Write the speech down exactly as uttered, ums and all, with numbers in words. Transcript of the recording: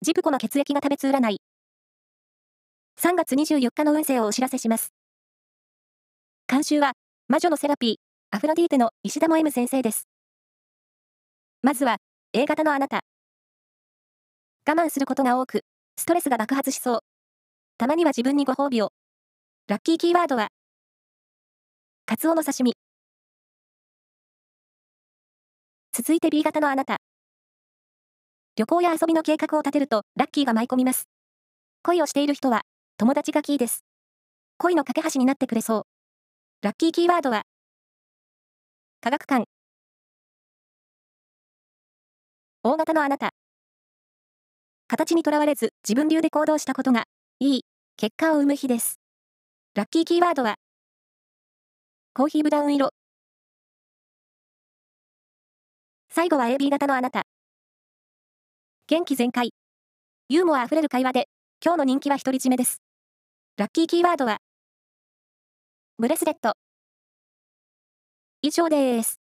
ジプコの血液が食べつ占い。さんがつにじゅうよっかの運勢をお知らせします。監修は、魔女のセラピー、アフロディーテの石田も M 先生です。まずは、A 型のあなた。我慢することが多く、ストレスが爆発しそう。たまには自分にご褒美を。ラッキーキーワードは、カツオの刺身。続いて B 型のあなた。旅行や遊びの計画を立てると、ラッキーが舞い込みます。恋をしている人は、友達がキーです。恋の架け橋になってくれそう。ラッキーキーワードは、科学館。O 型のあなた。形にとらわれず自分流で行動したことが、いい、結果を生む日です。ラッキーキーワードは、コーヒーブラウン色。最後は エービー 型のあなた。元気全開。ユーモアあふれる会話で、今日の人気は独り占めです。ラッキーキーワードは、ブレスレット。以上です。